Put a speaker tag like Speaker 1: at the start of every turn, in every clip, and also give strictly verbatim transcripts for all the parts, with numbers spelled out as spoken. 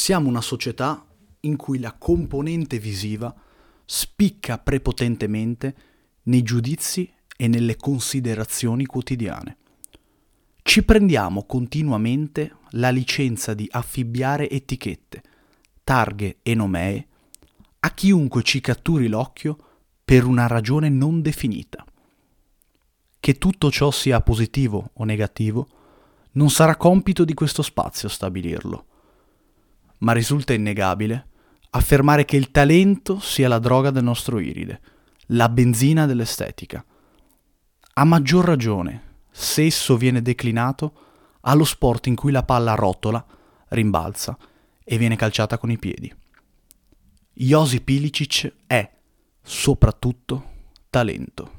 Speaker 1: Siamo una società in cui la componente visiva spicca prepotentemente nei giudizi e nelle considerazioni quotidiane. Ci prendiamo continuamente la licenza di affibbiare etichette, targhe e nomee a chiunque ci catturi l'occhio per una ragione non definita. Che tutto ciò sia positivo o negativo non sarà compito di questo spazio stabilirlo, ma risulta innegabile affermare che il talento sia la droga del nostro iride, la benzina dell'estetica. A maggior ragione se esso viene declinato allo sport in cui la palla rotola, rimbalza e viene calciata con i piedi. Josip Ilicic è, soprattutto, talento.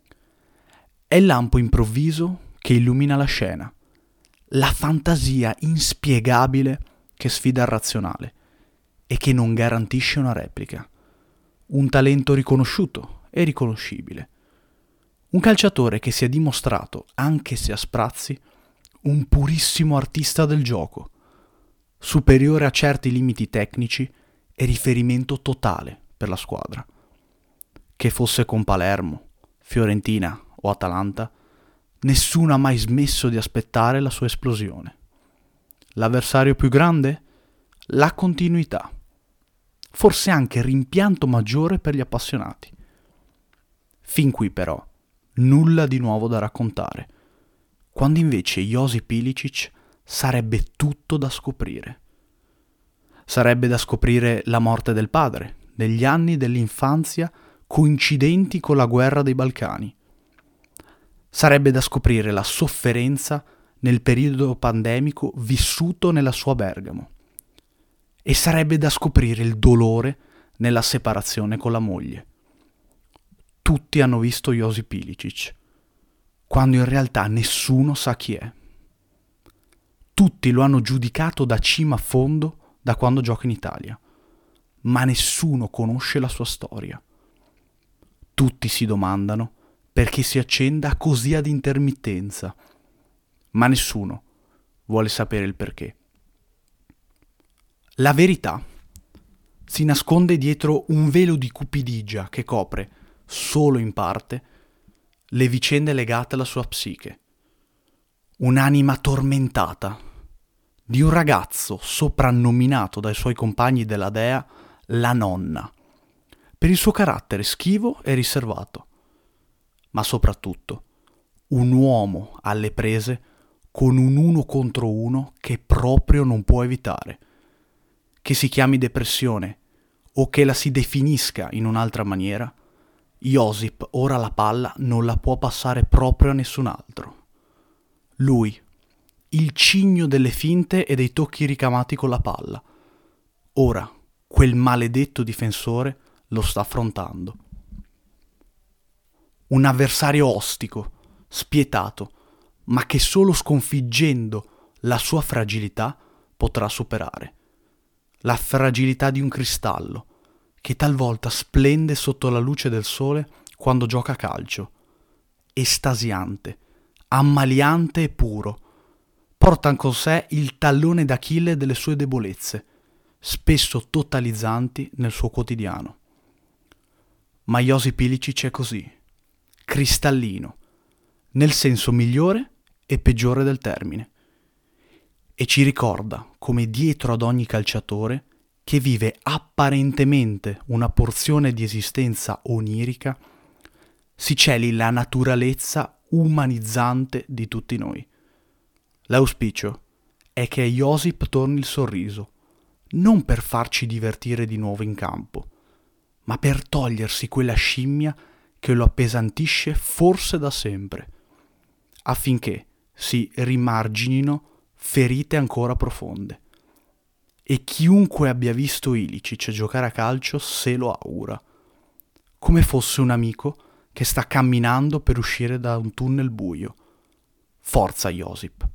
Speaker 1: È il lampo improvviso che illumina la scena, la fantasia inspiegabile che sfida il razionale e che non garantisce una replica. Un talento riconosciuto e riconoscibile. Un calciatore che si è dimostrato, anche se a sprazzi, un purissimo artista del gioco, superiore a certi limiti tecnici e riferimento totale per la squadra. Che fosse con Palermo, Fiorentina o Atalanta, nessuno ha mai smesso di aspettare la sua esplosione. L'avversario più grande? La continuità. Forse anche il rimpianto maggiore per gli appassionati. Fin qui però, nulla di nuovo da raccontare, quando invece Josip Ilicic sarebbe tutto da scoprire. Sarebbe da scoprire la morte del padre, degli anni dell'infanzia coincidenti con la guerra dei Balcani. Sarebbe da scoprire la sofferenza nel periodo pandemico vissuto nella sua Bergamo. E sarebbe da scoprire il dolore nella separazione con la moglie. Tutti hanno visto Josip Ilicic, quando in realtà nessuno sa chi è. Tutti lo hanno giudicato da cima a fondo da quando gioca in Italia, ma nessuno conosce la sua storia. Tutti si domandano perché si accenda così ad intermittenza, ma nessuno vuole sapere il perché. La verità si nasconde dietro un velo di cupidigia che copre, solo in parte, le vicende legate alla sua psiche. Un'anima tormentata di un ragazzo soprannominato dai suoi compagni della Dea la nonna, per il suo carattere schivo e riservato, ma soprattutto un uomo alle prese con un uno contro uno che proprio non può evitare. Che si chiami depressione o che la si definisca in un'altra maniera, Josip ora la palla non la può passare proprio a nessun altro. Lui, il cigno delle finte e dei tocchi ricamati con la palla. Ora, quel maledetto difensore lo sta affrontando. Un avversario ostico, spietato, ma che solo sconfiggendo la sua fragilità potrà superare. La fragilità di un cristallo, che talvolta splende sotto la luce del sole quando gioca a calcio. Estasiante, ammaliante e puro. Porta con sé il tallone d'Achille delle sue debolezze, spesso totalizzanti nel suo quotidiano. Ma Josip Ilicic è così, cristallino, nel senso migliore e peggiore del termine. E ci ricorda come dietro ad ogni calciatore che vive apparentemente una porzione di esistenza onirica si celi la naturalezza umanizzante di tutti noi. L'auspicio è che a Josip torni il sorriso, non per farci divertire di nuovo in campo, ma per togliersi quella scimmia che lo appesantisce forse da sempre, affinché si rimarginino ferite ancora profonde. E chiunque abbia visto Ilicic giocare a calcio se lo augura, come fosse un amico che sta camminando per uscire da un tunnel buio. Forza Josip!